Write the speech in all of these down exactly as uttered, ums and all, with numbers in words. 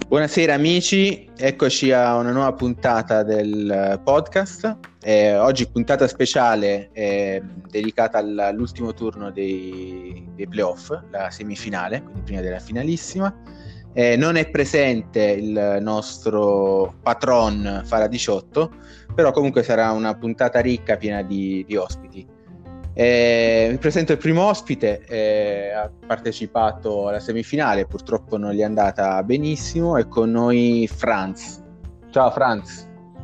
Buonasera amici, eccoci a una nuova puntata del podcast. Eh, oggi puntata speciale eh, dedicata all- all'ultimo turno dei, dei playoff, la semifinale, quindi prima della finalissima. Eh, non è presente il nostro patron Fara diciotto, però comunque sarà una puntata ricca, piena di, di ospiti. Eh, vi presento il primo ospite, eh, ha partecipato alla semifinale, purtroppo non gli è andata benissimo, è con noi Franz. Ciao Franz.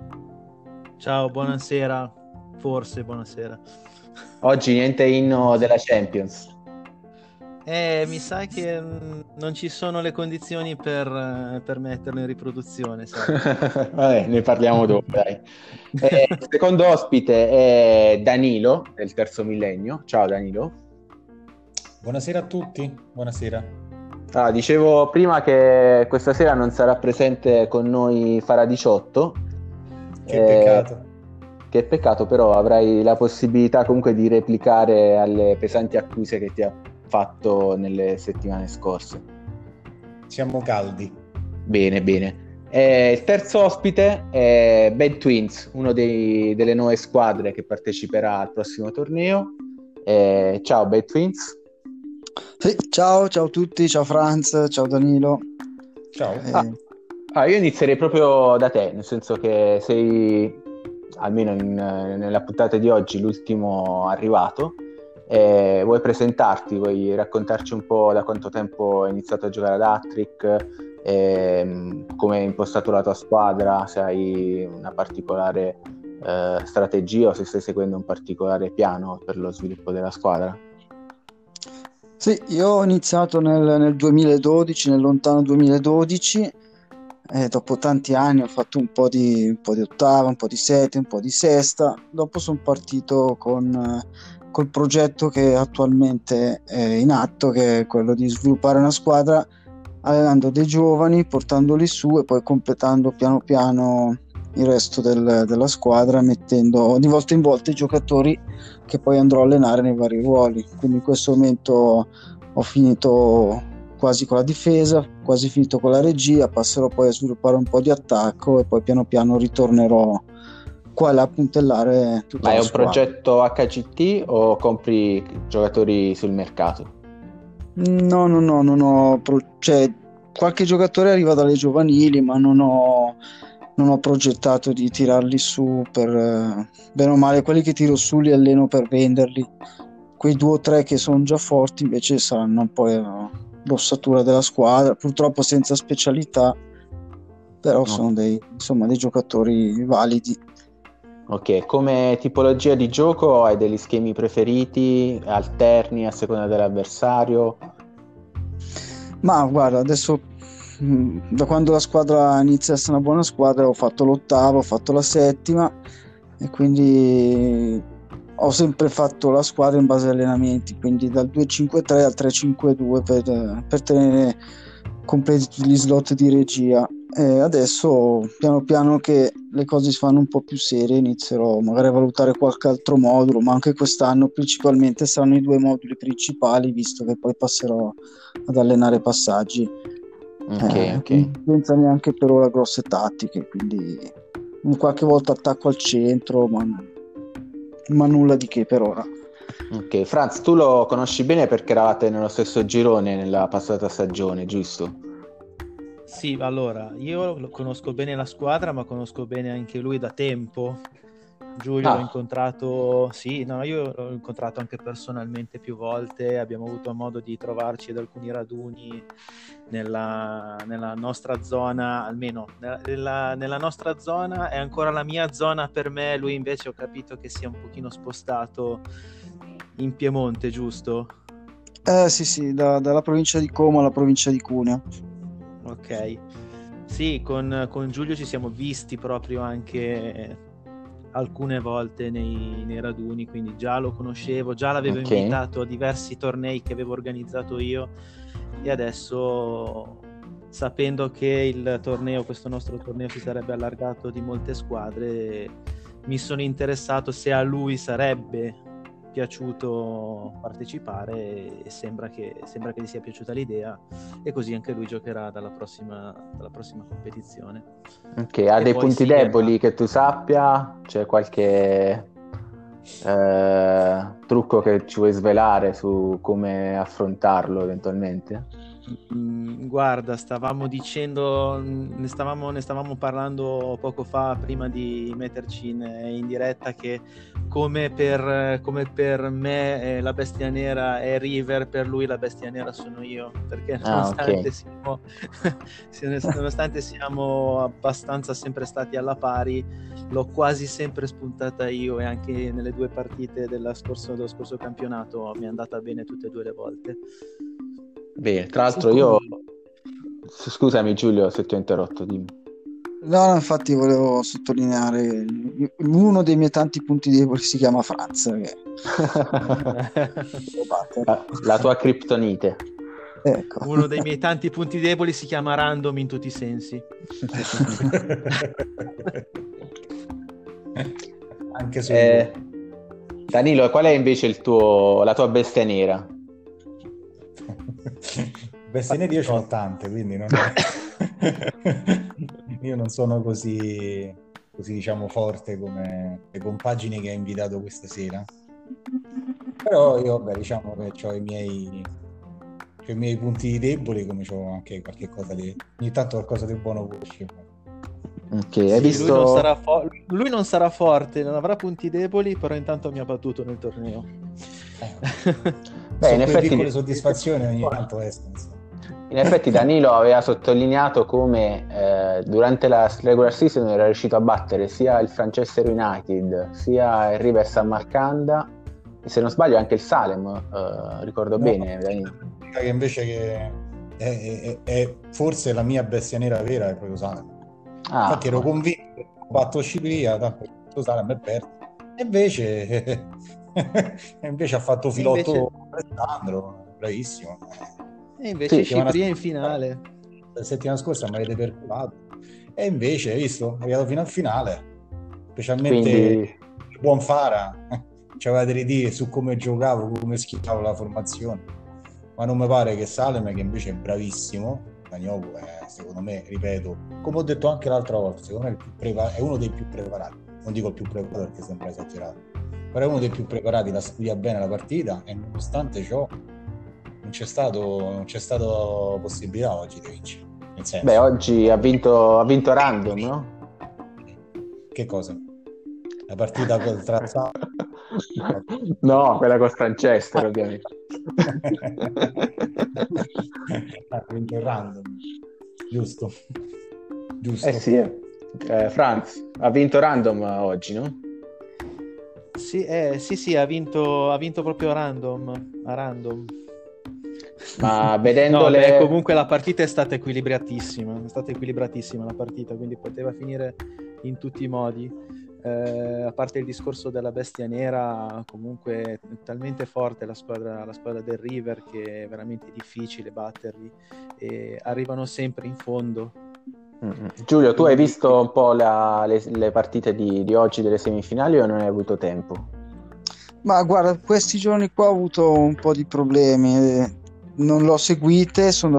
Ciao, buonasera, forse buonasera. Oggi niente inno della Champions. Eh, mi sa che mh, non ci sono le condizioni per, eh, per metterlo in riproduzione, sai. Vabbè, ne parliamo dopo, dai. Eh, il secondo ospite è Danilo, del terzo millennio. Ciao Danilo. Buonasera a tutti, buonasera. Ah, dicevo prima che questa sera non sarà presente con noi Fara diciotto. Che Eh, peccato. Che peccato, però avrai la possibilità comunque di replicare alle pesanti accuse che ti ha fatto nelle settimane scorse. Siamo caldi. Bene, bene. Eh, il terzo ospite è Bad Twins, uno dei, delle nuove squadre che parteciperà al prossimo torneo. Eh, ciao Bad Twins. Sì, ciao, ciao a tutti, ciao Franz, ciao Danilo. Ciao. Eh, Ah, ah, io inizierei proprio da te, nel senso che sei, almeno in- nella puntata di oggi, l'ultimo arrivato. Eh, vuoi presentarti, vuoi raccontarci un po' da quanto tempo hai iniziato a giocare ad Hat-Trick, ehm, come hai impostato la tua squadra, se hai una particolare eh, strategia o se stai seguendo un particolare piano per lo sviluppo della squadra? sì, io ho iniziato nel, nel duemiladodici, nel lontano duemiladodici, e dopo tanti anni ho fatto un po' di, un po' di ottava, un po' di sette, un po' di sesta. Dopo sono partito con, eh, col progetto che attualmente è in atto, che è quello di sviluppare una squadra allenando dei giovani, portandoli su e poi completando piano piano il resto del- della squadra, mettendo di volta in volta i giocatori che poi andrò a allenare nei vari ruoli. Quindi in questo momento ho finito quasi con la difesa, quasi finito con la regia, passerò poi a sviluppare un po' di attacco e poi piano piano ritornerò qua e là a puntellare tutta Ma è la un squadra. progetto H C T o compri giocatori sul mercato? No, no, no, non ho pro- cioè, qualche giocatore arriva dalle giovanili, ma non ho, non ho progettato di tirarli su per, eh, bene o male, quelli che tiro su li alleno per venderli. Quei due o tre che sono già forti invece saranno poi eh, l'ossatura della squadra, purtroppo senza specialità, però No. sono dei, insomma, dei giocatori validi. Ok, come tipologia di gioco hai degli schemi preferiti, alterni a seconda dell'avversario? Ma guarda, adesso mh, da quando la squadra inizia a essere una buona squadra ho fatto l'ottava, ho fatto la settima e quindi ho sempre fatto la squadra in base agli allenamenti, quindi dal due cinque tre al tre cinque due per, per tenere completi tutti gli slot di regia. E adesso piano piano che le cose si fanno un po' più serie inizierò magari a valutare qualche altro modulo, ma anche quest'anno principalmente saranno i due moduli principali, visto che poi passerò ad allenare passaggi. Ok, Eh, ok. senza neanche per ora grosse tattiche, quindi qualche volta attacco al centro, ma, ma nulla di che per ora. Ok, Franz, tu lo conosci bene perché eravate nello stesso girone nella passata stagione, giusto? Sì, allora, io lo- conosco bene la squadra, ma conosco bene anche lui da tempo. Giulio l'ho Ah, incontrato, sì, no, io l'ho incontrato anche personalmente più volte, abbiamo avuto modo di trovarci ad alcuni raduni nella, nella nostra zona, almeno nella, nella- nella nostra zona è ancora la mia zona per me, lui invece ho capito che si è un pochino spostato in Piemonte, giusto? Eh sì sì, da- dalla provincia di Como alla provincia di Cuneo. Ok, sì, con, con Giulio ci siamo visti proprio anche alcune volte nei, nei raduni, quindi già lo conoscevo, già l'avevo ok. invitato a diversi tornei che avevo organizzato io e adesso, sapendo che il torneo, questo nostro torneo si sarebbe allargato di molte squadre, mi sono interessato se a lui sarebbe piaciuto partecipare e sembra che, sembra che gli sia piaciuta l'idea, e così anche lui giocherà dalla prossima, dalla prossima competizione. Ok, ha E dei poi punti sì, deboli era- che tu sappia? C'è qualche eh, trucco che ci vuoi svelare su come affrontarlo eventualmente? Mm, Guarda, stavamo dicendo, ne stavamo, ne stavamo parlando poco fa, prima di metterci in, in diretta, che come per, come per me eh, la bestia nera è River, per lui la bestia nera sono io, perché Ah, nonostante ok. siamo, nonostante siamo abbastanza sempre stati alla pari, l'ho quasi sempre spuntata io, e anche nelle due partite della scorso, dello scorso campionato mi è andata bene tutte e due le volte. Bene, tra l'altro io... Siccome Scusami Giulio se ti ho interrotto, dimmi. No, no, infatti volevo sottolineare uno dei miei tanti punti deboli si chiama Franz, che La, la tua criptonite. ecco. uno dei miei tanti punti deboli si chiama random in tutti i sensi. Anche su Eh, Danilo, qual è invece il tuo, la tua bestia nera? bestie nere io ce n'ho tante, quindi non è... io non sono così, così diciamo forte come le compagini che hai invitato questa sera, però io vabbè, diciamo che ho i miei c'ho i miei punti deboli, come c'ho anche qualche cosa di ogni tanto qualcosa di buono uscire. Ok, hai Sì, visto... lui non sarà fo- lui non sarà forte, non avrà punti deboli, però intanto mi ha battuto nel torneo. Eh, Beh, in sono quelle effetti, piccole soddisfazioni ogni tanto escono. in effetti Danilo aveva sottolineato come eh, durante la regular season era riuscito a battere sia il Manchester United sia il River San Marcanda e, se non sbaglio, anche il Salem, eh, ricordo No, bene, Danilo. che invece che è, è- è forse la mia bestia nera vera è proprio Salem. Ah, Infatti ero convinto che ho fatto Scipria, tanto Salem è perso. E invece, e invece ha fatto E filotto invece, Alessandro, bravissimo. e invece sì, Settimana Scipria in scorsa- finale. La settimana scorsa mi avete perculato. E invece, hai visto, è arrivato fino al finale. Specialmente quindi il buon Fara. Ci aveva delle idee su come giocavo, come schivavo la formazione. Ma non mi pare che Salem, che invece è bravissimo, Danioku è, secondo me, ripeto, come ho detto anche l'altra volta, secondo me è, il più prepa- è uno dei più preparati. Non dico il più preparato perché sembra esagerato, però è uno dei più preparati, la studia bene la partita e nonostante ciò non c'è stato non c'è stato possibilità oggi di vincere. Nel senso, beh, oggi ha vinto, ha vinto random, no? che cosa? La partita tra No, quella con Manchester, ovviamente. ha vinto random, giusto? Giusto. Eh sì, eh, Franz ha vinto random oggi, no? Sì, eh, sì, sì, ha vinto, ha vinto proprio random, a random. Ma vedendo No, beh, le... comunque la partita è stata equilibratissima, è stata equilibratissima la partita, quindi poteva finire in tutti i modi. Eh, a parte il discorso della bestia nera, comunque è talmente forte la squadra, la squadra del River che è veramente difficile batterli e arrivano sempre in fondo. Mm-mm. Giulio, tu hai Quindi- visto un po' la- le, le partite di, di oggi delle semifinali o non hai avuto tempo? Ma guarda, questi giorni qua ho avuto un po' di problemi, eh, non l'ho seguite, sono...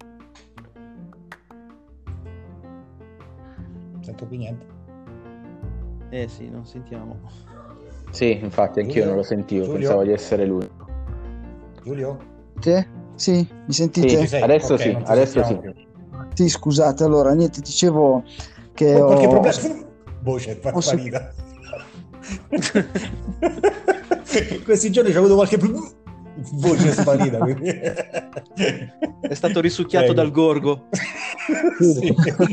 Non sento più niente. Eh sì, non sentiamo. Sì, infatti anch'io Giulio? non lo sentivo, Giulio? pensavo di essere l'unico. Giulio? Te? Sì, mi sentite? Sì, Ci sei? adesso Ok, sì, non ti adesso sentiamo sì. più. Sì, scusate, allora, niente, dicevo che Oh, qualche ho... problema? Voce è ho se- sparita. Questi giorni c'è avuto qualche problema. Voce è sparita. Quindi... È stato risucchiato Prego. dal gorgo. Sì.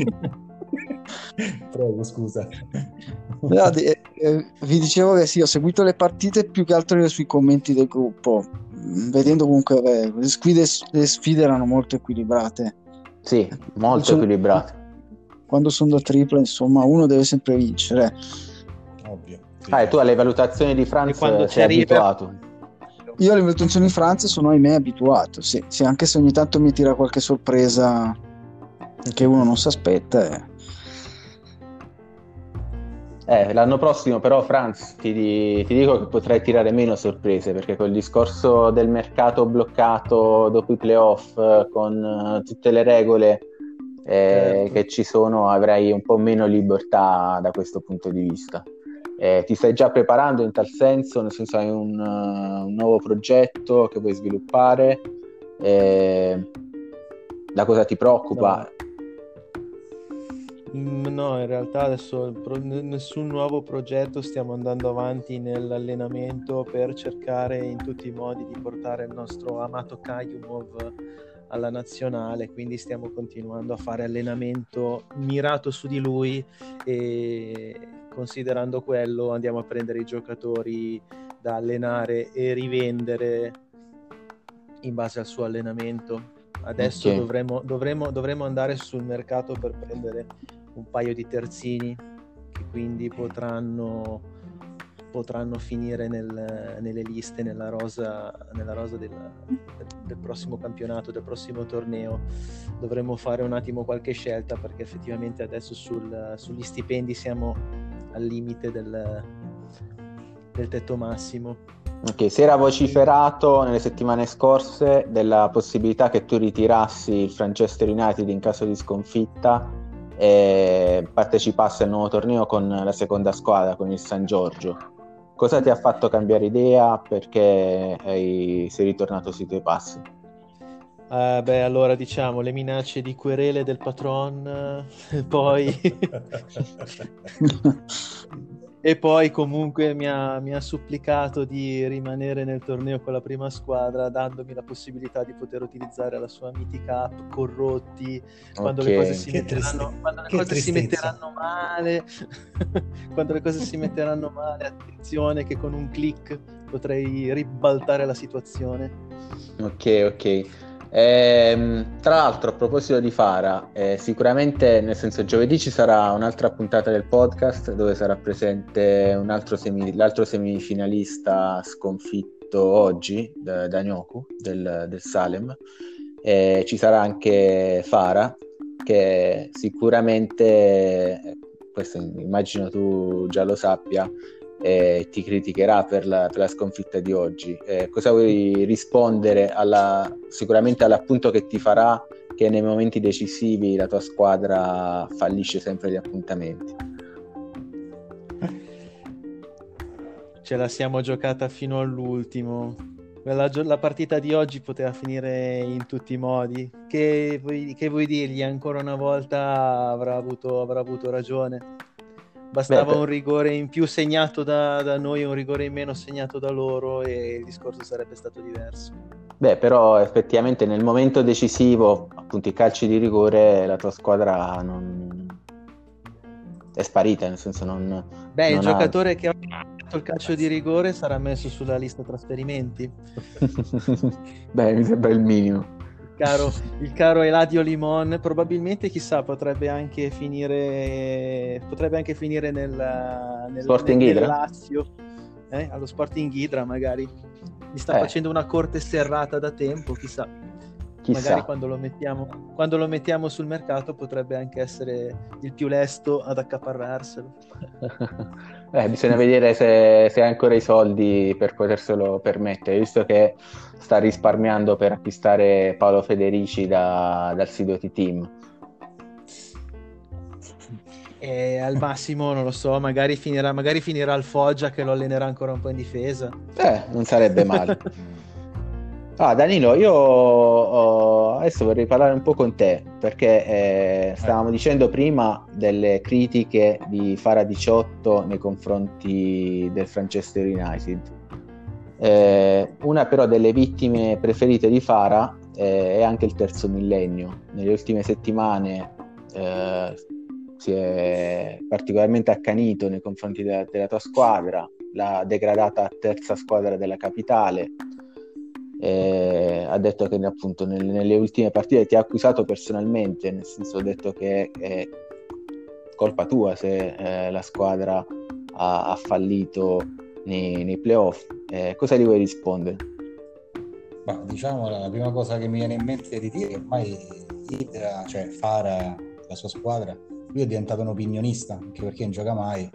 Prego, scusa. No, di- eh, eh, vi dicevo che sì, ho seguito le partite più che altro sui commenti del gruppo, mm, vedendo comunque eh, le sfide, le sfide erano molto equilibrate. Sì, molto Insomma, equilibrato. quando sono da tripla, insomma, uno deve sempre vincere. Ovvio. Sì, Ah, e tu certo. alle valutazioni di E Franz quando sei c'è River- abituato. Io alle valutazioni di Francia sono ahimè abituato, sì, sì, anche se ogni tanto mi tira qualche sorpresa che uno non si aspetta. eh. Eh, l'anno prossimo però, Franz, ti, di- ti dico che potrai tirare meno sorprese, perché col discorso del mercato bloccato dopo i playoff, eh, con eh, tutte le regole eh, Certo. che ci sono, avrai un po' meno libertà da questo punto di vista. Eh, ti stai già preparando in tal senso, nel senso hai un, uh, un nuovo progetto che vuoi sviluppare? Eh, da cosa ti preoccupa? Mm, No, in realtà adesso pro- n- nessun nuovo progetto, stiamo andando avanti nell'allenamento per cercare in tutti i modi di portare il nostro amato Kayumov alla nazionale, quindi stiamo continuando a fare allenamento mirato su di lui e considerando quello andiamo a prendere i giocatori da allenare e rivendere in base al suo allenamento. Adesso Ok. dovremo, dovremo, dovremo andare sul mercato per prendere un paio di terzini che quindi potranno, potranno finire nel- nelle liste, nella rosa, nella rosa del, del- del prossimo campionato, del prossimo torneo. Dovremmo fare un attimo qualche scelta perché effettivamente adesso sul- sugli stipendi siamo al limite del, del tetto massimo. Ok, si era vociferato nelle settimane scorse della possibilità che tu ritirassi il Manchester United in caso di sconfitta e partecipasse al nuovo torneo con la seconda squadra, con il San Giorgio. Cosa ti ha fatto cambiare idea? Perché hai- sei ritornato sui tuoi passi? Eh, beh, allora diciamo le minacce di querele del patron, eh, poi e poi comunque mi ha, mi ha supplicato di rimanere nel torneo con la prima squadra, dandomi la possibilità di poter utilizzare la sua mitica app Corrotti quando le cose Ok. si Che metteranno, triste- quando le che cose si tristezza. metteranno male, quando le cose si metteranno male, attenzione che con un click potrei ribaltare la situazione. Ok, ok. Ehm, tra l'altro, a proposito di Fara, eh, sicuramente, nel senso, giovedì ci sarà un'altra puntata del podcast dove sarà presente un altro semi- l'altro semifinalista sconfitto oggi da, da Nyoku del, del Salem. Eh, ci sarà anche Fara, che sicuramente, eh, questo immagino tu già lo sappia, eh, ti criticherà per la, per la sconfitta di oggi. Eh, cosa vuoi rispondere alla, sicuramente all'appunto che ti farà che nei momenti decisivi la tua squadra fallisce sempre gli appuntamenti? Ce la siamo giocata fino all'ultimo. La, gio- la partita di oggi poteva finire in tutti i modi. Che vuoi, che vuoi dirgli? Ancora una volta avrà avuto, avrà avuto ragione. Bastava Beh, per- un rigore in più segnato da, da noi e un rigore in meno segnato da loro e il discorso sarebbe stato diverso. Beh, però effettivamente nel momento decisivo, appunto i calci di rigore, la tua squadra non è sparita, nel senso non, Beh, il non ha... giocatore che ha fatto il calcio di rigore sarà messo sulla lista trasferimenti. Beh, mi sembra il minimo. Il caro, il caro Eladio Limon, probabilmente chissà, potrebbe anche finire, potrebbe anche finire nel, nel, Sporting nel- nel Hydra? Lazio, eh? Allo Sporting Hydra magari. Mi sta Eh. facendo una corte serrata da tempo, chissà. Chissà. Magari quando lo mettiamo, quando lo mettiamo sul mercato potrebbe anche essere il più lesto ad accaparrarselo. Eh, bisogna vedere se, se ha ancora i soldi per poterselo permettere, visto che sta risparmiando per acquistare Paolo Federici da- dal sito T-Team. E al massimo, non lo so, magari finirà, magari finirà al Foggia che lo allenerà ancora un po' in difesa. Eh, non sarebbe male. Ah, Danilo, io oh, adesso vorrei parlare un po' con te, perché eh, stavamo dicendo prima delle critiche di Fara diciotto nei confronti del Manchester United. Eh, una però delle vittime preferite di Fara eh, è anche il terzo millennio. Nelle ultime settimane eh, si è particolarmente accanito nei confronti della, della tua squadra, l'ha degradata a terza squadra della capitale. Eh, ha detto che appunto nel, nelle ultime partite ti ha accusato personalmente, nel senso ha detto che è colpa tua se eh, la squadra ha, ha fallito nei, nei playoff. Eh, cosa gli vuoi rispondere? Ma diciamo la prima cosa che mi viene in mente di dire è che ormai Hydra, cioè Fara, la sua squadra, lui è diventato un opinionista, anche perché non gioca mai,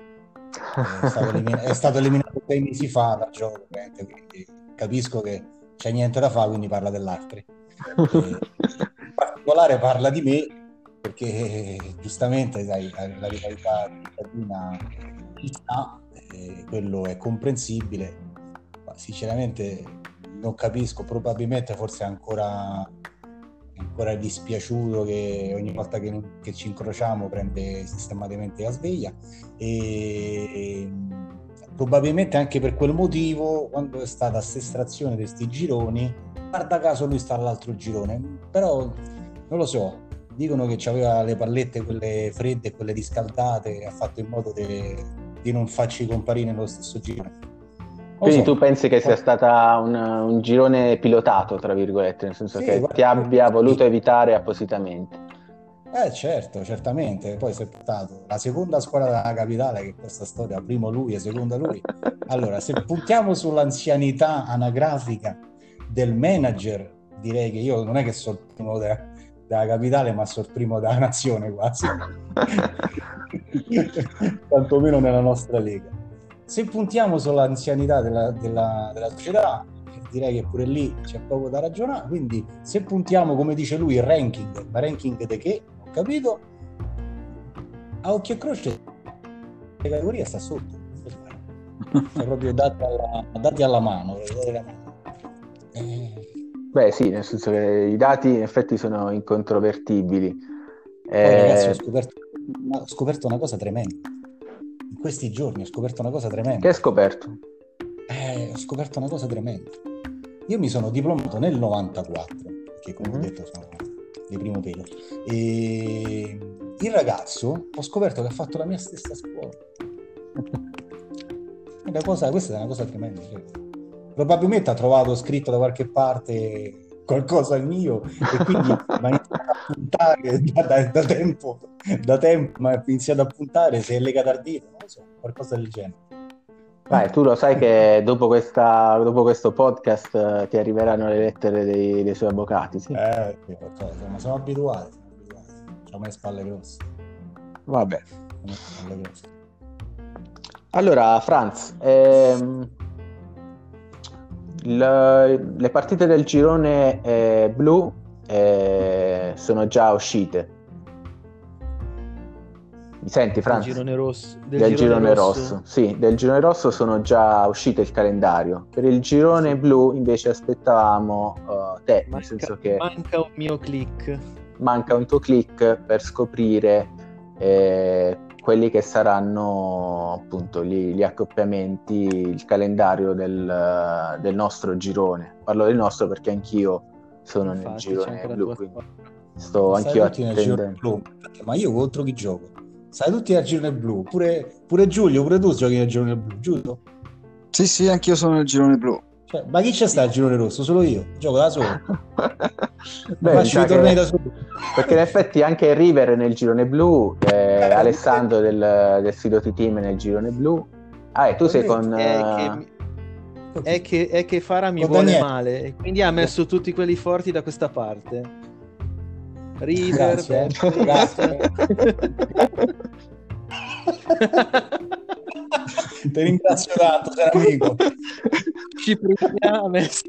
è stato, elimin- è stato eliminato sei mesi fa dal gioco, quindi capisco che c'è niente da fare, quindi parla dell'Artri. In particolare parla di me, perché giustamente sai, la rivalità cittadina ci sta, eh, quello è comprensibile, ma sinceramente non capisco, probabilmente forse è ancora ancora dispiaciuto che ogni volta che, che ci incrociamo prende sistematicamente la sveglia, e, e probabilmente anche per quel motivo quando è stata questa estrazione di questi gironi, guarda caso lui sta all'altro girone, però non lo so, dicono che aveva le pallette quelle fredde e quelle riscaldate e ha fatto in modo di non farci comparire nello stesso girone. Quindi So. tu pensi che sia stata un, un girone pilotato, tra virgolette, nel senso Sì, che guarda, ti abbia sì. voluto evitare appositamente? Eh certo, certamente, poi si è portato la seconda squadra della capitale, che questa storia, primo lui e seconda lui. Allora, se puntiamo sull'anzianità anagrafica del manager, direi che io non è che sono il primo de- della capitale, ma sono il primo della nazione quasi, tantomeno nella nostra lega. Se puntiamo sull'anzianità della, della, della società, direi che pure lì c'è poco da ragionare, quindi se puntiamo, come dice lui, il ranking, ma ranking di che? Ho capito, a occhio e croce la categoria sta sotto, cioè proprio dati alla, dati alla mano, alla mano. Eh... Beh sì, nel senso che i dati in effetti sono incontrovertibili. Poi eh... ragazzi ho scoperto, ho scoperto una cosa tremenda. In questi giorni ho scoperto una cosa tremenda. Che hai scoperto? Eh, ho scoperto una cosa tremenda. Io mi sono diplomato nel novantaquattro, che come mm-hmm. ho detto sono di primo pelo, e il ragazzo ho scoperto che ha fatto la mia stessa scuola. Una cosa, questa è una cosa tremenda. Cioè, probabilmente ha trovato scritto da qualche parte qualcosa al mio e quindi mi ha iniziato a puntare da, da, da tempo, da tempo, ma ha iniziato a puntare, si è legato al dito, non lo so, qualcosa del genere. Vai, tu lo sai che dopo, questa, dopo questo podcast uh, ti arriveranno le lettere dei, dei suoi avvocati, sì? Eh, sì, ma sono abituati, sono abituati. C'ho le spalle grosse. Vabbè. Le spalle grosse. Allora, Franz, ehm, le, le partite del girone eh, blu eh, sono già uscite. Mi senti, Franz? Del girone rosso. Del, del girone, girone rosso. rosso. Sì, del girone rosso sono già uscite il calendario. Per il girone sì. blu invece aspettavamo uh, te, manca, nel senso che manca un mio click. Manca un tuo click per scoprire eh, quelli che saranno appunto gli, gli accoppiamenti, il calendario del, del nostro girone. Parlo del nostro perché anch'io sono Infatti, nel girone blu, quindi sto anch'io attendendo. Ma io contro chi gioco? Sai tutti nel girone blu, pure, pure Giulio, pure tu giochi nel girone blu, giusto? Sì, sì, anch'io sono nel girone blu. Cioè, ma chi c'è sta il girone rosso? Solo io, gioco da solo. Beh, faccio i tornei da solo. Perché in effetti anche River nel girone blu, eh, Alessandro del, del Sidoti Team nel girone blu. Ah, e tu sei con... È che, è che, è che Fara mi vuole Daniele. male, e quindi ha messo tutti quelli forti da questa parte. River, grazie, eh. grazie. Ti ringrazio tanto, sei amico. Cipriano ha messo.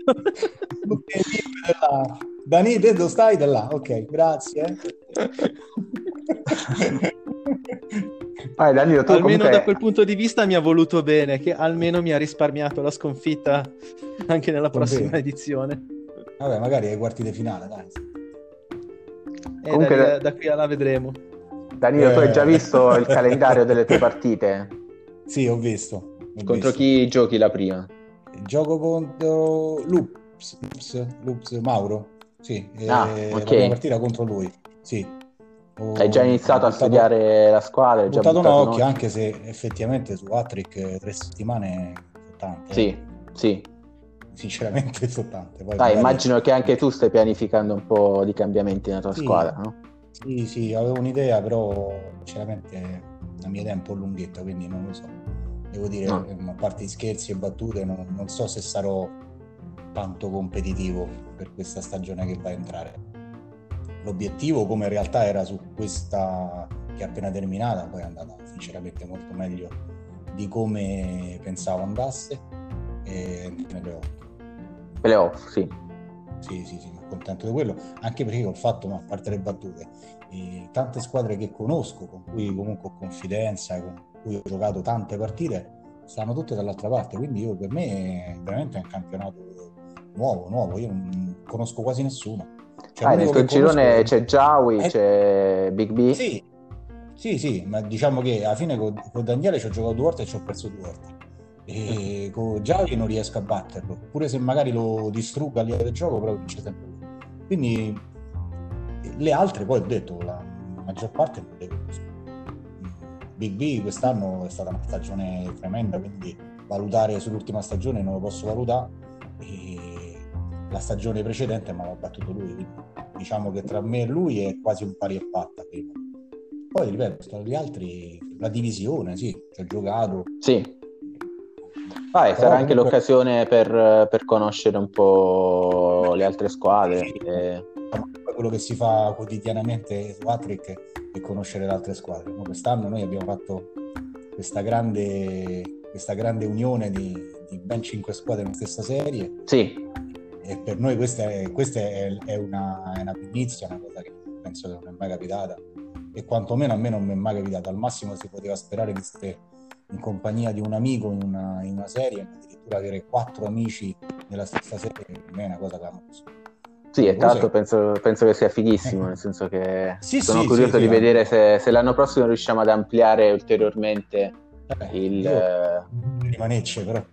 Dani, te dove stai? Da là, ok, grazie. Vai, Danilo, tu almeno comunque... da quel punto di vista mi ha voluto bene, che almeno mi ha risparmiato la sconfitta anche nella prossima bene. edizione. Vabbè, magari ai quarti di finale, dai. Eh, Comunque, da, da qui a là vedremo. Danilo, eh... tu hai già visto il calendario delle tue partite? Sì, ho visto. Ho contro visto. chi giochi la prima? Gioco contro Lups, Lups, Lups Mauro. Sì, ah, eh, okay. La prima partita contro lui. Sì. Ho, hai già iniziato a buttato, studiare la squadra? Ho già buttato, buttato un occhio, no? anche se effettivamente su Patrick tre settimane sono tante. Sì, eh. sì. Sinceramente sono tante. Poi Dai, immagino che anche tu stai pianificando un po' di cambiamenti nella tua sì, squadra, no? Sì, sì, avevo un'idea, però sinceramente la mia idea è un po' lunghetta, quindi non lo so. Devo dire, no. A parte gli scherzi e battute, non, non so se sarò tanto competitivo per questa stagione che va a entrare. L'obiettivo, come in realtà era su questa che è appena terminata, poi è andata sinceramente molto meglio di come pensavo andasse e nelle otto. Playoff, sì. Sì, sì, sì, mi contento di quello, anche perché ho fatto, ma a parte le battute, eh, tante squadre che conosco, con cui comunque ho confidenza, con cui ho giocato tante partite, stanno tutte dall'altra parte, quindi io, per me è veramente un campionato nuovo, nuovo, io non conosco quasi nessuno. Cioè, Ah, nel l'unico tuo che conosco girone è... c'è Jawi, è- c'è Big B. Sì, sì, sì, ma diciamo che alla fine con, con Daniele ci ho giocato due volte e ci ho perso due volte. E con Javi non riesco a batterlo, pure se magari lo distruggo a livello del gioco, però vince sempre lui. Quindi le altre, poi ho detto, la maggior parte non le conosco. Big B quest'anno è stata una stagione tremenda, quindi valutare sull'ultima stagione non lo posso valutare. E la stagione precedente mi aveva battuto lui, quindi diciamo che tra me e lui è quasi un pari e patta prima. Poi ripeto, sono gli altri, la divisione, sì, ci ho giocato. Sì. Vai, Però sarà anche comunque l'occasione per, per conoscere un po' le altre squadre. sì, E... quello che si fa quotidianamente su Hattrick è conoscere le altre squadre. No? Quest'anno noi abbiamo fatto questa grande, questa grande unione di, di ben cinque squadre nella stessa serie. Sì. E per noi questa è, questa è, è, una, è una primizia, una cosa che penso che non è mai capitata, e quantomeno a me non mi è mai capitata. Al massimo si poteva sperare di stare in compagnia di un amico in una, in una serie, ma addirittura avere quattro amici nella stessa serie per me è una cosa clamorosa. Sì, e tra l'altro penso, penso che sia fighissimo, nel senso che sì, sono sì, curioso sì, di sì, vedere anche... se, se l'anno prossimo riusciamo ad ampliare ulteriormente eh, il... io rimanecce però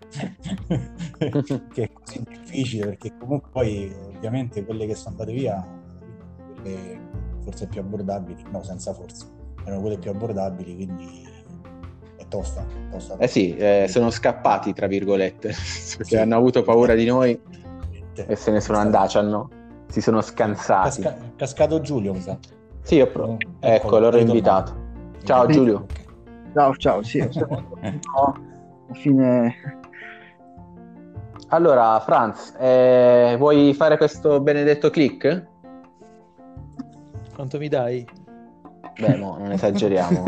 che è così difficile, perché comunque poi ovviamente quelle che sono andate via, quelle forse più abbordabili, no, senza forse, erano quelle più abbordabili, quindi è tosta, tosta, tosta. Eh sì, eh, sono scappati tra virgolette, perché sì, hanno avuto paura di noi e se ne sono andati, hanno, si sono scansati. Casca- cascato Giulio, mi sa. Sì, ho pro- Oh, ecco, l'ho invitato. Ciao Ritornato. Giulio. Okay. Ciao, ciao, sì, no, alla fine... Allora, Franz, eh, vuoi fare questo benedetto click? Quanto mi dai? Beh, mo, non esageriamo.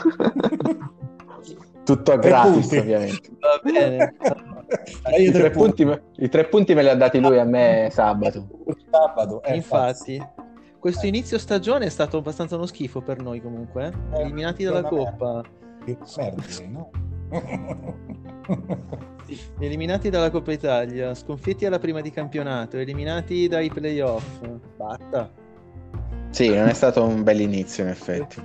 Tutto a Tre gratis, punti. ovviamente. Va bene. Dai, I, tre tre punti. punti, I tre punti me li ha dati lui a me sabato. Sabato, eh, Infatti, questo eh. inizio stagione è stato abbastanza uno schifo per noi comunque. Eh? Eliminati Eh, dalla una Coppa. Che merda, no? Eliminati dalla Coppa Italia, sconfitti alla prima di campionato, eliminati dai playoff. Batta. Sì, non è stato un bel inizio in effetti.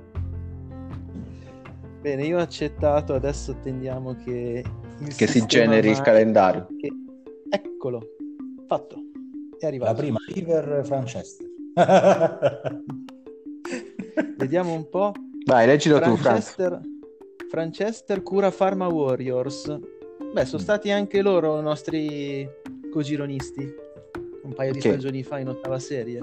Bene, io ho accettato, adesso attendiamo che il che si generi mai... il calendario. Che... Eccolo, fatto, è arrivato. La prima River Franchester. Vediamo un po'. Vai, leggilo tu, Franchester, Franz. Franchester Cura Pharma Warriors. Beh, sono stati anche loro nostri cogironisti un paio di Che? stagioni fa in ottava serie.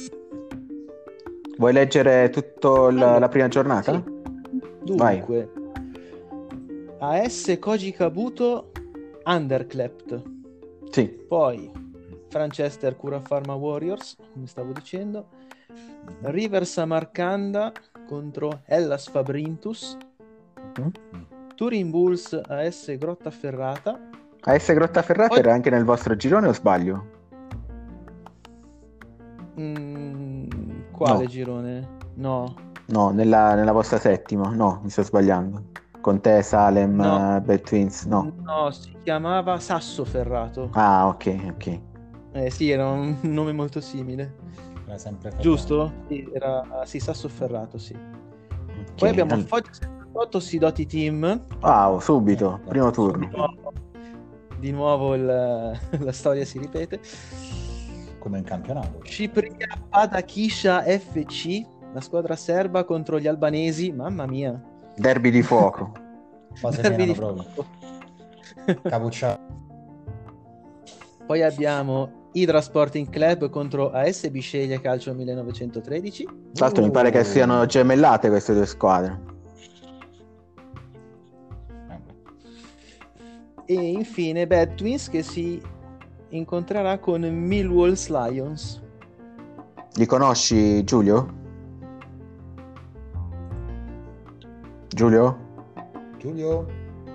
Vuoi leggere tutta allora, la prima giornata? Sì. Dunque, A S Koji Kabuto Underclept. Sì. Poi Franchester Cura Pharma Warriors, come stavo dicendo. River Samarcanda contro Hellas Fabrintus. Mm. Turin Bulls A S Grottaferrata. A S Grottaferrata Poi... era anche nel vostro girone o sbaglio? Mm, quale no. girone? No. No, nella, nella vostra settima. No, mi sto sbagliando. Con te, Salem, no. uh, Bad Twins, no. No, si chiamava Sassoferrato. Ah, ok, ok. Eh sì, era un nome molto simile. Era sempre giusto? Sì, era sì, Sassoferrato, sì. Okay. Poi abbiamo il Foggia settantotto Sidoti Team. Wow, subito, primo turno. Di nuovo, di nuovo il, la storia si ripete. Come in campionato. Cipria Padakisha F C, la squadra serba contro gli albanesi, mamma mia. Derby di fuoco. Derby di fuoco. Capuccia. Poi abbiamo Hydra Sporting Club contro A S Bisceglie Calcio millenovecentotredici. Tra l'altro uh. mi pare che siano gemellate queste due squadre. E infine Bad Twins che si incontrerà con Millwall's Lions. Li conosci, Giulio? Giulio? Giulio?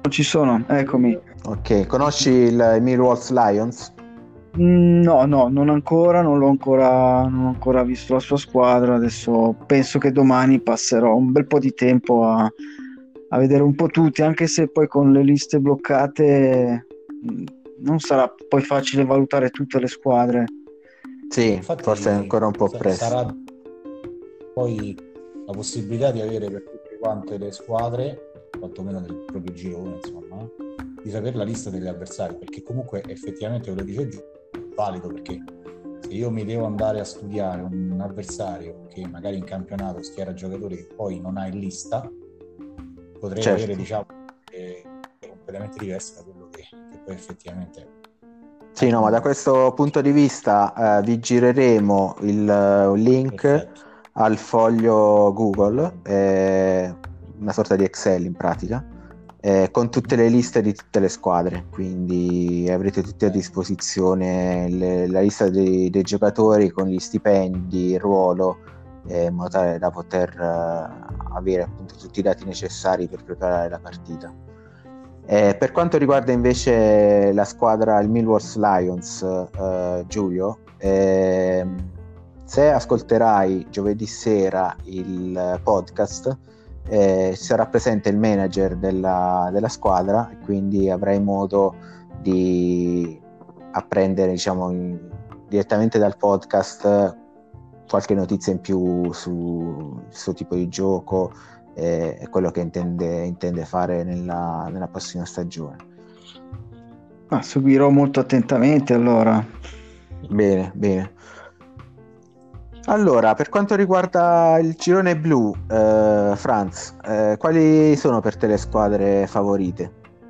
ci sono, eccomi. Ok, conosci il Millwall Lions? Mm, No, no, non ancora, non l'ho ancora, non ho ancora visto la sua squadra. Adesso penso che domani passerò un bel po' di tempo a, a vedere un po' tutti, anche se poi con le liste bloccate mm, non sarà poi facile valutare tutte le squadre. Sì, Infatti forse è ancora un po' sa- presto. sarà poi la possibilità di avere per tutte quante le squadre, quantomeno del proprio girone, insomma, di sapere la lista degli avversari, perché comunque effettivamente quello che dice Giù è valido, perché se io mi devo andare a studiare un avversario che magari in campionato schiera giocatori che poi non ha in lista, potrei Certo. avere, diciamo, eh, completamente diverso da quello che, che poi effettivamente è. Sì, no, ma da questo punto di vista eh, vi gireremo il eh, un link Perfetto. al foglio Google, eh, una sorta di Excel in pratica, eh, con tutte le liste di tutte le squadre, quindi avrete tutti a disposizione le- la lista dei, dei giocatori con gli stipendi, il ruolo, eh, in modo tale da poter eh, avere appunto tutti i dati necessari per preparare la partita. Eh, per quanto riguarda invece la squadra, il Millwall Lions, eh, Giulio, ehm, se ascolterai giovedì sera il podcast, eh, sarà presente il manager della, della squadra e quindi avrai modo di apprendere, diciamo, in- direttamente dal podcast qualche notizia in più sul suo tipo di gioco e quello che intende, intende fare nella, nella prossima stagione. Ah, seguirò molto attentamente allora. Bene, bene. Allora, per quanto riguarda il girone blu, eh, Franz, eh, quali sono per te le squadre favorite?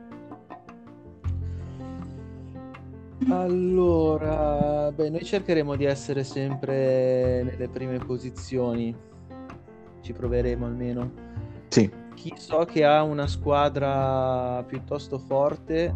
Allora, beh, noi cercheremo di essere sempre nelle prime posizioni, ci proveremo almeno. Sì. Chi so che ha una squadra piuttosto forte,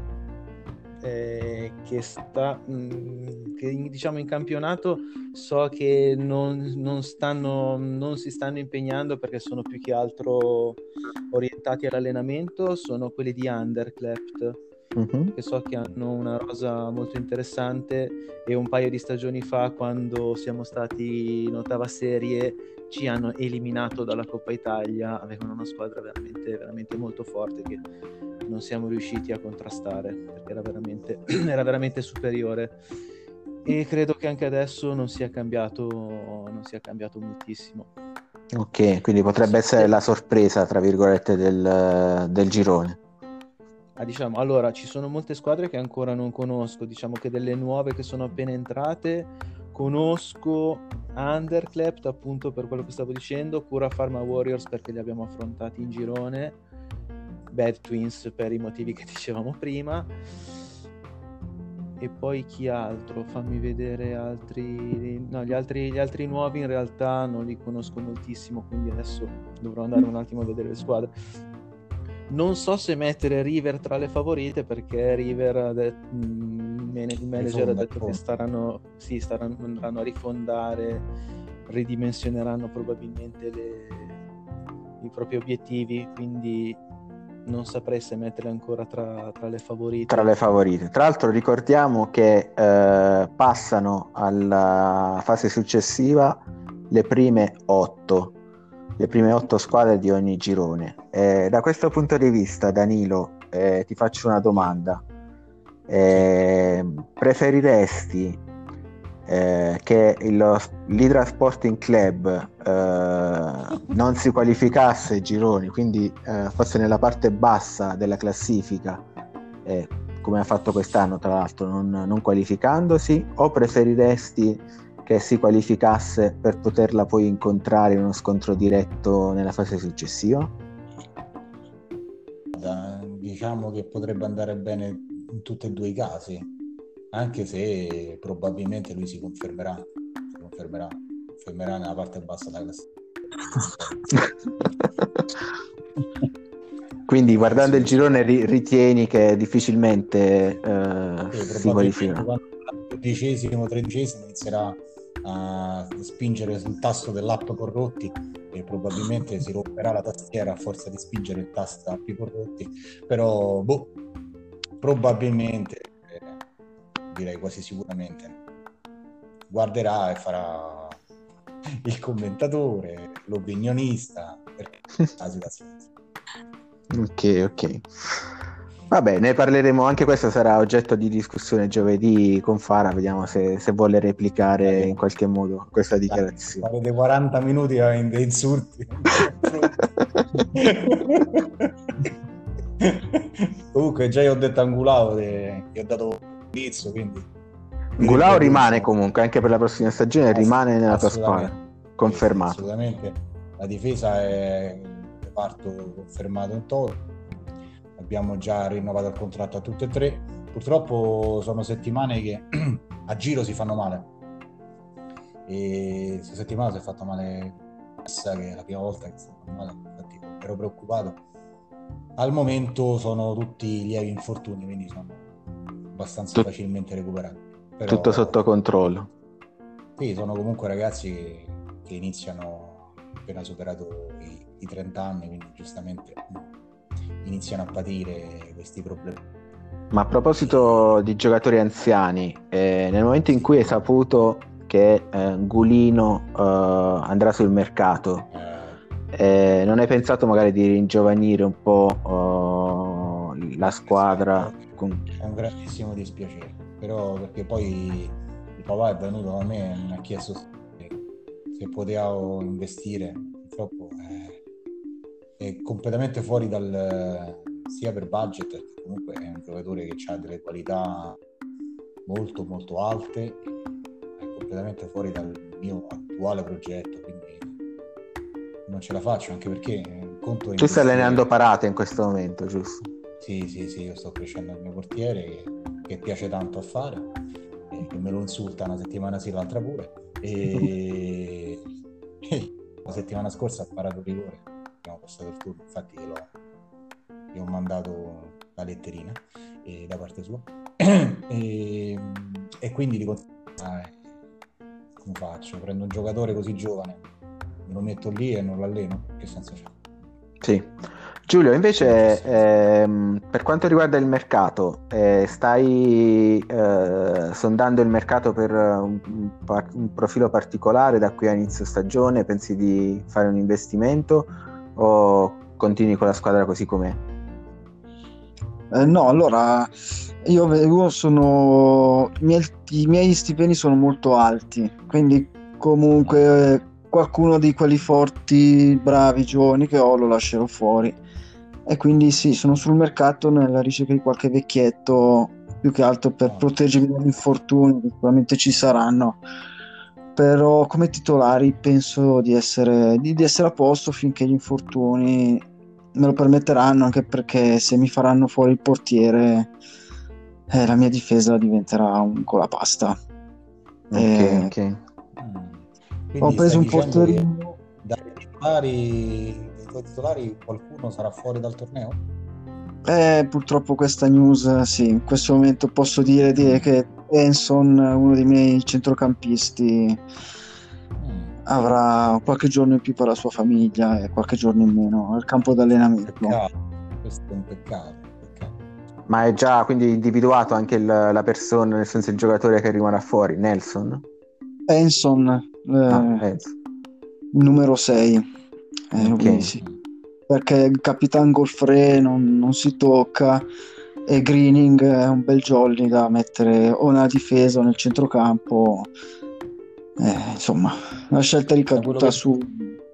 eh, che sta, mh, che in- diciamo in campionato so che non, non stanno, non si stanno impegnando perché sono più che altro orientati all'allenamento, sono quelli di Anderlecht, Mhm. che so che hanno una rosa molto interessante e un paio di stagioni fa, quando siamo stati in ottava serie, ci hanno eliminato dalla Coppa Italia. Avevano una squadra veramente, veramente molto forte che non siamo riusciti a contrastare perché era veramente, era veramente superiore, e credo che anche adesso non sia cambiato, non sia cambiato moltissimo. Ok, quindi potrebbe essere la sorpresa, tra virgolette, del, del girone. Ah, diciamo, allora, ci sono molte squadre che ancora non conosco, diciamo che delle nuove che sono appena entrate conosco Anderlecht, appunto per quello che stavo dicendo, Cura Pharma Warriors perché li abbiamo affrontati in girone, Bad Twins per i motivi che dicevamo prima, e poi chi altro? Fammi vedere altri... No, gli altri, gli altri nuovi in realtà non li conosco moltissimo, quindi adesso dovrò andare un attimo a vedere le squadre. Non so se mettere River tra le favorite perché River ha det- mh, il manager ha detto che staranno, sì, staranno, andranno a rifondare, ridimensioneranno probabilmente le, i propri obiettivi, quindi non saprei se metterle ancora tra, tra le favorite. Tra le favorite. Tra l'altro ricordiamo che eh, passano alla fase successiva le prime otto, le prime otto squadre di ogni girone. Eh, da questo punto di vista, Danilo, eh, ti faccio una domanda. Eh, preferiresti eh, che il l'Hydra Sporting Club eh, non si qualificasse ai gironi, quindi eh, fosse nella parte bassa della classifica, eh, come ha fatto quest'anno tra l'altro, non, non qualificandosi, o preferiresti che si qualificasse per poterla poi incontrare in uno scontro diretto nella fase successiva? Diciamo che potrebbe andare bene in tutti e due i casi, anche se probabilmente lui si confermerà, si confermerà, confermerà nella parte bassa della classifica. Quindi guardando il girone ri- ritieni che difficilmente eh, sì, si qualificherà. quando il dodicesimo, tredicesimo inizierà a spingere sul tasto dell'app corrotti e probabilmente si romperà la tastiera a forza di spingere il tasto a più corrotti, però boh, probabilmente, eh, direi quasi sicuramente, guarderà e farà il commentatore, l'opinionista, per la situazione. Ok, ok. Vabbè, ne parleremo, anche questo sarà oggetto di discussione giovedì con Fara, vediamo se, se vuole replicare in qualche modo questa dichiarazione. Farete quaranta minuti in dei insulti. Comunque già io ho detto a Angulao che gli ho dato inizio, quindi Angulao rimane comunque anche per la prossima stagione, Ass- rimane nella tua squadra, confermato. Sì, assolutamente, la difesa è un reparto confermato in toto. Abbiamo già rinnovato il contratto a tutte e tre. Purtroppo sono settimane che a giro si fanno male, e questa settimana si è fatto male, che è la prima volta che si è fatto male, infatti ero preoccupato. Al momento sono tutti lievi infortuni, quindi sono abbastanza Tut- facilmente recuperati. Però, tutto sotto controllo. Sì, sono comunque ragazzi che, che iniziano appena superato i, i trenta anni, quindi giustamente iniziano a patire questi problemi. Ma a proposito e... di giocatori anziani, eh, nel momento in cui hai saputo che eh, Gulino eh, andrà sul mercato, eh. Eh, non hai pensato magari di ringiovanire un po' eh, la squadra? È un grandissimo dispiacere, però perché poi il papà è venuto da me e mi ha chiesto se potevo investire. Purtroppo è, è completamente fuori dal, sia per budget, perché comunque è un giocatore che ha delle qualità molto molto alte, è completamente fuori dal mio attuale progetto, quindi non ce la faccio, anche perché il conto è tu stai allenando Parate in questo momento, giusto? Sì, sì, sì, io sto crescendo il mio portiere che, che piace tanto a fare, e che me lo insulta una settimana sì, l'altra pure, e la settimana scorsa ha parato il rigore, abbiamo passato il turno, infatti io gli ho mandato la letterina eh, da parte sua e, e quindi di conseguenza eh, come faccio? Prendo un giocatore così giovane, me lo metto lì e non l'alleno? Che senso c'è? Sì. Giulio, invece ehm, per quanto riguarda il mercato, eh, stai eh, sondando il mercato per un, un, un profilo particolare da qui a inizio stagione? Pensi di fare un investimento o continui con la squadra così com'è? Eh, no, allora io, io sono i miei, i miei stipendi sono molto alti, quindi comunque eh, qualcuno di quelli forti, bravi, giovani che ho lo lascerò fuori. E quindi sì, sono sul mercato nella ricerca di qualche vecchietto, più che altro per proteggermi dagli infortuni, che sicuramente ci saranno, però come titolari penso di essere, di, di essere a posto finché gli infortuni me lo permetteranno, anche perché se mi faranno fuori il portiere eh, la mia difesa diventerà un colapasta. Ok, e... ok. Ho preso un portierino dai titolari dei titolari qualcuno sarà fuori dal torneo? Eh, purtroppo questa news, sì, in questo momento posso dire, dire che Benson, uno dei miei centrocampisti, mm. avrà qualche giorno in più per la sua famiglia e qualche giorno in meno al campo d'allenamento. Peccato. Questo è un peccato, peccato. Ma è già quindi individuato anche il, la persona, nel senso il giocatore che rimarrà fuori, Nelson? Benson, eh, ah, Benson. numero sei. Eh, okay. Sì. Perché il Capitan Golfre non, non si tocca e Greening è un bel jolly da mettere o nella difesa o nel centrocampo, eh, insomma la scelta è ricaduta che... su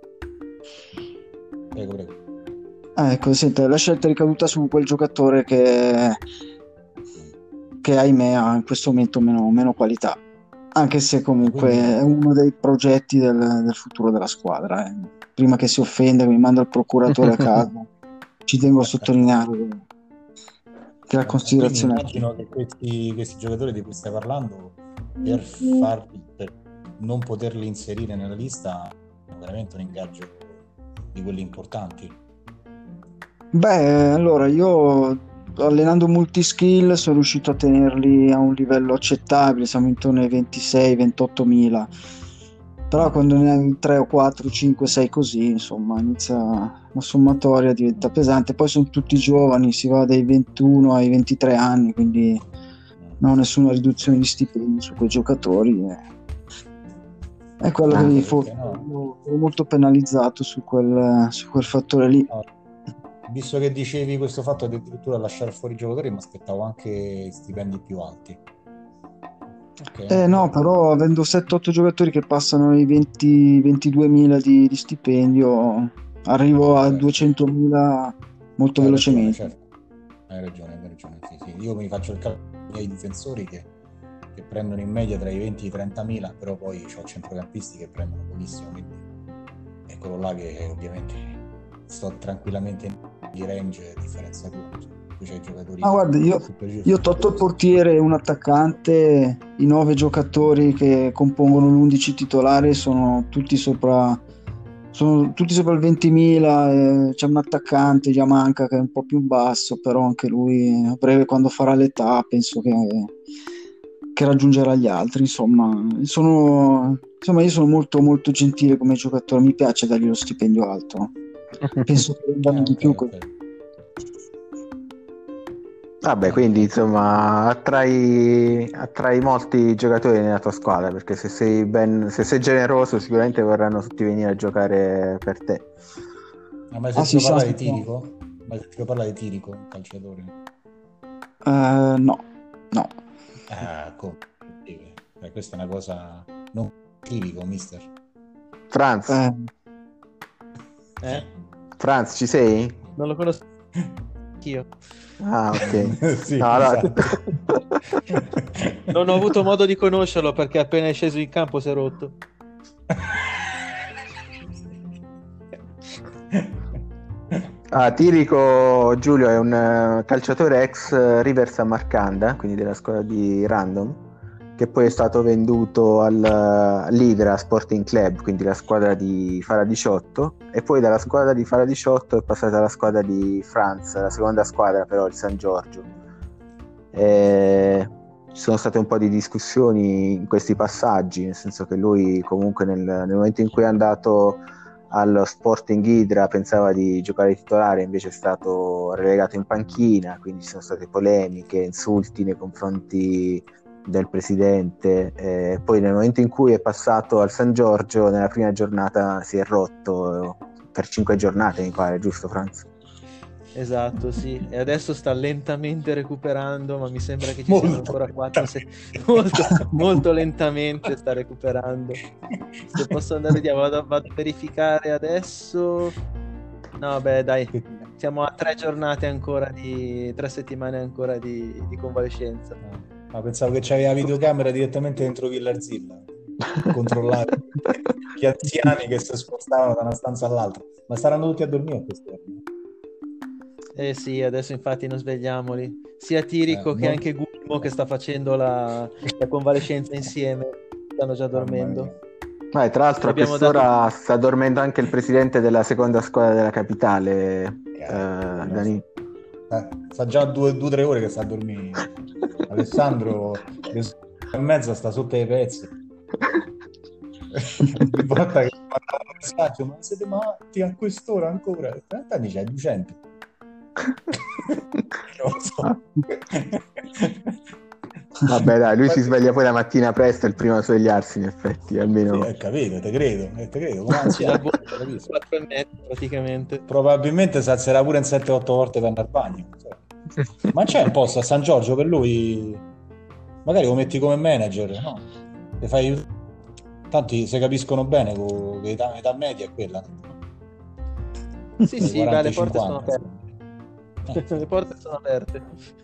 prego, prego. Ah, ecco, senti, la scelta è ricaduta su quel giocatore che che ahimè ha in questo momento meno, meno qualità, anche se comunque Quindi... è uno dei progetti del, del futuro della squadra. Eh. Prima che si offenda mi manda il procuratore a casa, ci tengo a sottolineare che la considerazione Quindi immagino che questi, questi giocatori di cui stai parlando, per, far, per non poterli inserire nella lista, hanno veramente un ingaggio di quelli importanti. Beh, allora io allenando multiskill sono riuscito a tenerli a un livello accettabile, siamo intorno ai ventisei ventotto mila. Però quando ne hai tre o quattro, cinque, sei così, insomma, inizia la sommatoria, diventa pesante. Poi sono tutti giovani, si va dai ventuno ai ventitré anni, quindi non ho nessuna riduzione di stipendio su quei giocatori. È quello Ah, che mi perché fu no? molto penalizzato su quel, su quel fattore lì. No, visto che dicevi questo fatto di addirittura lasciare fuori i giocatori, mi aspettavo anche stipendi più alti. Ok, Eh no, però avendo sette otto giocatori che passano i venti ventiduemila di, di stipendio, arrivo a vabbè, sì. duecentomila molto Hai ragione, velocemente. certo. Hai ragione, hai ragione. Sì, sì. Io mi faccio il calcolo dei miei difensori che, che prendono in media tra i venti e i trentamila, però poi ho centrocampisti che prendono pochissimo, quindi è quello là che ovviamente sto tranquillamente in range, differenza tua. Tu c'hai giocatori Ah, guarda, io, super giusti. io tolto il portiere e un attaccante, i nove giocatori che compongono l'undici titolare sono tutti sopra, sono tutti sopra il ventimila. Eh, c'è un attaccante, Giamanca, che è un po' più basso, però anche lui a breve, quando farà l'età, penso che, che raggiungerà gli altri. Insomma, sono, insomma, io sono molto, molto gentile come giocatore, mi piace dargli lo stipendio alto. Penso che rendano Ah, di ok, più. ok. Vabbè, quindi insomma attrai, attrai molti giocatori nella tua squadra, perché se sei ben, se sei generoso sicuramente vorranno tutti venire a giocare per te. Ah, ma hai Ah, sentito sì, parlare di sì, Tirico? Ma hai sentito parlare di Tirico, un calciatore? Eh, no, no. Ah, come? Eh, questa è una cosa non Tirico, mister. Franz, Eh, Eh? Franz, ci sei? Non lo conosco io. Ah, ok. Sì, No, allora... esatto. Non ho avuto modo di conoscerlo perché appena è sceso in campo si è rotto. Ah, Tirico Giulio è un eh, calciatore ex eh, River Sammarcanda, quindi della squadra di Random, che poi è stato venduto al, all'Hydra Sporting Club, quindi la squadra di Fara diciotto, e poi dalla squadra di Fara diciotto è passata alla squadra di Franz, la seconda squadra però, il San Giorgio. E ci sono state un po' di discussioni in questi passaggi, nel senso che lui comunque nel, nel momento in cui è andato allo Sporting Hydra pensava di giocare titolare, invece è stato relegato in panchina, quindi ci sono state polemiche, insulti nei confronti del presidente. E poi nel momento in cui è passato al San Giorgio, nella prima giornata si è rotto per cinque giornate, mi pare, giusto Franz? Esatto, sì. E adesso sta lentamente recuperando, ma mi sembra che ci Molto siano ancora quattro sei molto, molto lentamente sta recuperando. Se posso andare via, vado, vado a verificare adesso. No, beh, dai, siamo a tre giornate ancora di tre settimane ancora di, di convalescenza. Ma pensavo che c'aveva la videocamera direttamente dentro Villarzilla, controllare gli anziani che si spostavano da una stanza all'altra. Ma staranno tutti a dormire a quest'ora? Eh sì, adesso infatti non svegliamoli. Sia Tirico Eh, che non- anche Gulmo che sta facendo la, la convalescenza insieme stanno già Mamma dormendo. mia. Ah, tra l'altro Gli a abbiamo quest'ora dato- sta dormendo anche il presidente della seconda squadra della capitale, Eh, eh, no, Dani. Eh, sta già due o tre ore che sta a dormire. Alessandro alle sei e mezza sta sotto ai pezzi. Ogni volta che manda un messaggio, ma siete matti a quest'ora ancora? Quanti anni c'hai? duecento? Non lo so. Vabbè dai, lui si sveglia poi la mattina presto, è il primo a svegliarsi in effetti, almeno... Sì, eh, capito, te credo, eh, te credo, come Ci dà anziano, il buon capito? quattro e mezzo praticamente. Probabilmente si alzerà pure in sette otto volte per andare al bagno. non so. Ma c'è un posto a San Giorgio per lui? Magari lo metti come manager, no? Le fai... Tanti si capiscono bene con l'età, età media è quella. Sì, sì, beh, le porte sono quaranta, aperte. Le porte sono aperte.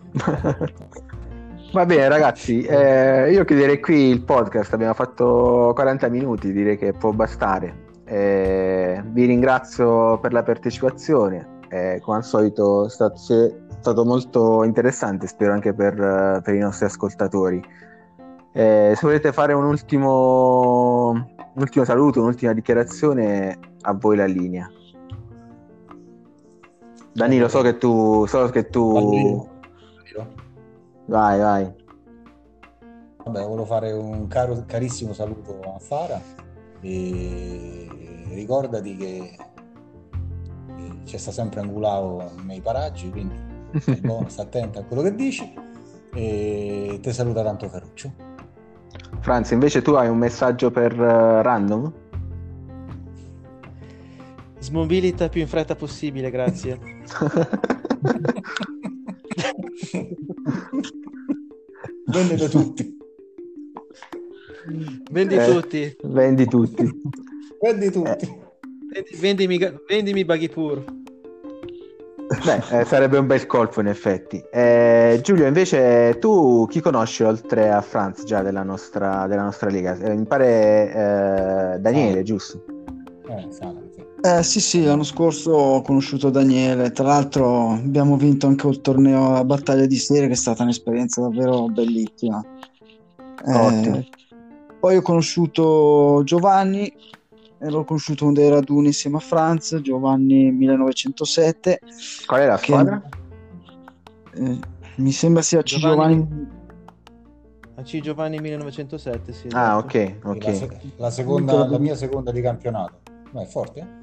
Va bene ragazzi, eh, io chiuderei qui il podcast, abbiamo fatto quaranta minuti, direi che può bastare. Eh, vi ringrazio per la partecipazione, eh, come al solito è stato, è stato molto interessante, spero anche per, per i nostri ascoltatori. Eh, se volete fare un ultimo, un ultimo saluto, un'ultima dichiarazione, a voi la linea. Danilo, so che tu, so che tu... Vai, vai. Vabbè, volevo fare un caro, carissimo saluto a Fara e ricordati che, che c'è sta sempre angulavo nei paraggi, quindi stai buono, sta attento a quello che dici, e ti saluta tanto Ferruccio. Franz, invece tu hai un messaggio per uh, Random? Smobilita più in fretta possibile, grazie. Vendete tutti. Vendi Eh, tutti. Vendi tutti. Vendi tutti. Vendi- vendimi, vendimi Baghipur. Beh, eh, sarebbe un bel colpo in effetti. Eh, Giulio, invece tu chi conosci oltre a Franz già della nostra, della nostra lega? Eh, mi pare eh, Daniele, giusto? Eh, sale, sì. Eh, sì, sì, l'anno scorso ho conosciuto Daniele, tra l'altro abbiamo vinto anche il torneo a Battaglia di Serie, che è stata un'esperienza davvero bellissima. Eh, Ottimo. Poi ho conosciuto Giovanni, e l'ho conosciuto un dei raduni insieme a Franz, Giovanni millenovecentosette, Qual è la che squadra? eh, mi sembra sia C. Giovanni- Giovanni. A C. Giovanni millenovecentosette, sì. Ah, esatto. ok, La, ok. se- la seconda, la mia seconda di campionato. Ma è forte, eh?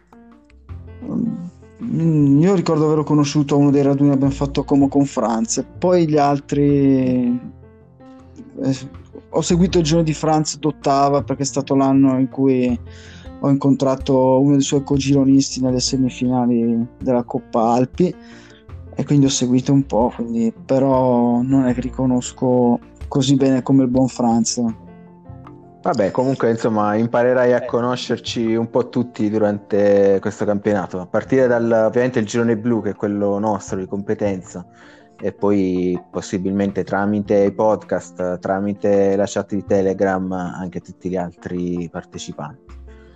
Mm, Io ricordo averlo conosciuto a uno dei raduni che abbiamo fatto a Como con Franz, poi gli altri eh, ho seguito il giorno di Franz d'ottava perché è stato l'anno in cui ho incontrato uno dei suoi cogironisti nelle semifinali della Coppa Alpi e quindi ho seguito un po', quindi, però non è che riconosco così bene come il buon Franz. Vabbè, comunque insomma imparerai a conoscerci un po' tutti durante questo campionato, a partire dal ovviamente il girone blu che è quello nostro di competenza e poi possibilmente tramite i podcast, tramite la chat di Telegram anche tutti gli altri partecipanti.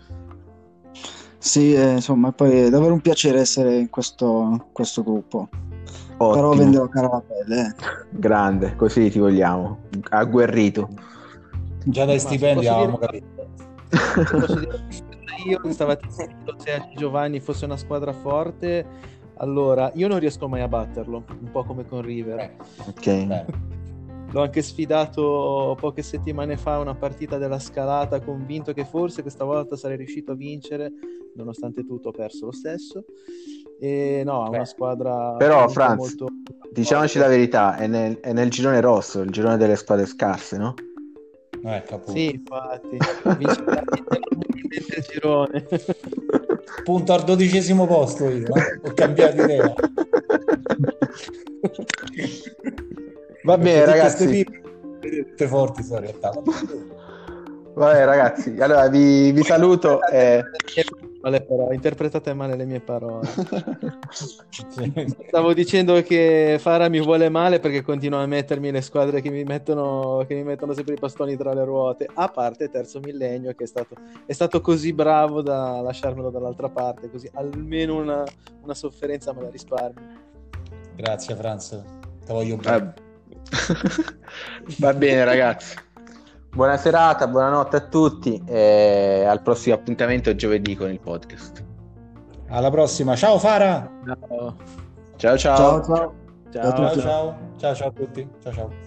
Sì, eh, insomma, poi è davvero un piacere essere in questo, questo gruppo. Ottimo. Però venderò cara la pelle. eh. Grande, così ti vogliamo, agguerrito. Già dai Ma stipendi posso avevamo dire- capito. Posso dire io che stavate dicendo se a Giovanni fosse una squadra forte, allora io non riesco mai a batterlo, un po' come con River. Eh, Ok. beh, L'ho anche sfidato poche settimane fa a una partita della Scalata, convinto che forse questa volta sarei riuscito a vincere, nonostante tutto ho perso lo stesso. E no, è una Beh, squadra però, comunque Franz, molto Diciamoci la verità, è nel, è nel girone rosso, il girone delle squadre scarse, no? ecco, appunto. Sì, infatti, vince il girone. Punto al dodicesimo posto io, eh? Ho cambiato idea. Va bene, Perché ragazzi. tutte ste tipi, tutte forti sono in realtà. Vabbè, ragazzi, allora vi, vi saluto. E... Male, però, interpretate male le mie parole. Stavo dicendo che Fara mi vuole male perché continua a mettermi le squadre che mi mettono, che mi mettono sempre i bastoni tra le ruote, a parte Terzo Millennio che è stato, è stato così bravo da lasciarmelo dall'altra parte, così almeno una, una sofferenza me la risparmio. Grazie Franz, te voglio bene. Va bene, ragazzi. Buona serata, buonanotte a tutti e al prossimo appuntamento giovedì con il podcast. Alla prossima, ciao Fara. No. Ciao ciao. Ciao, ciao. Ciao. Ciao ciao, ciao ciao a tutti, ciao ciao.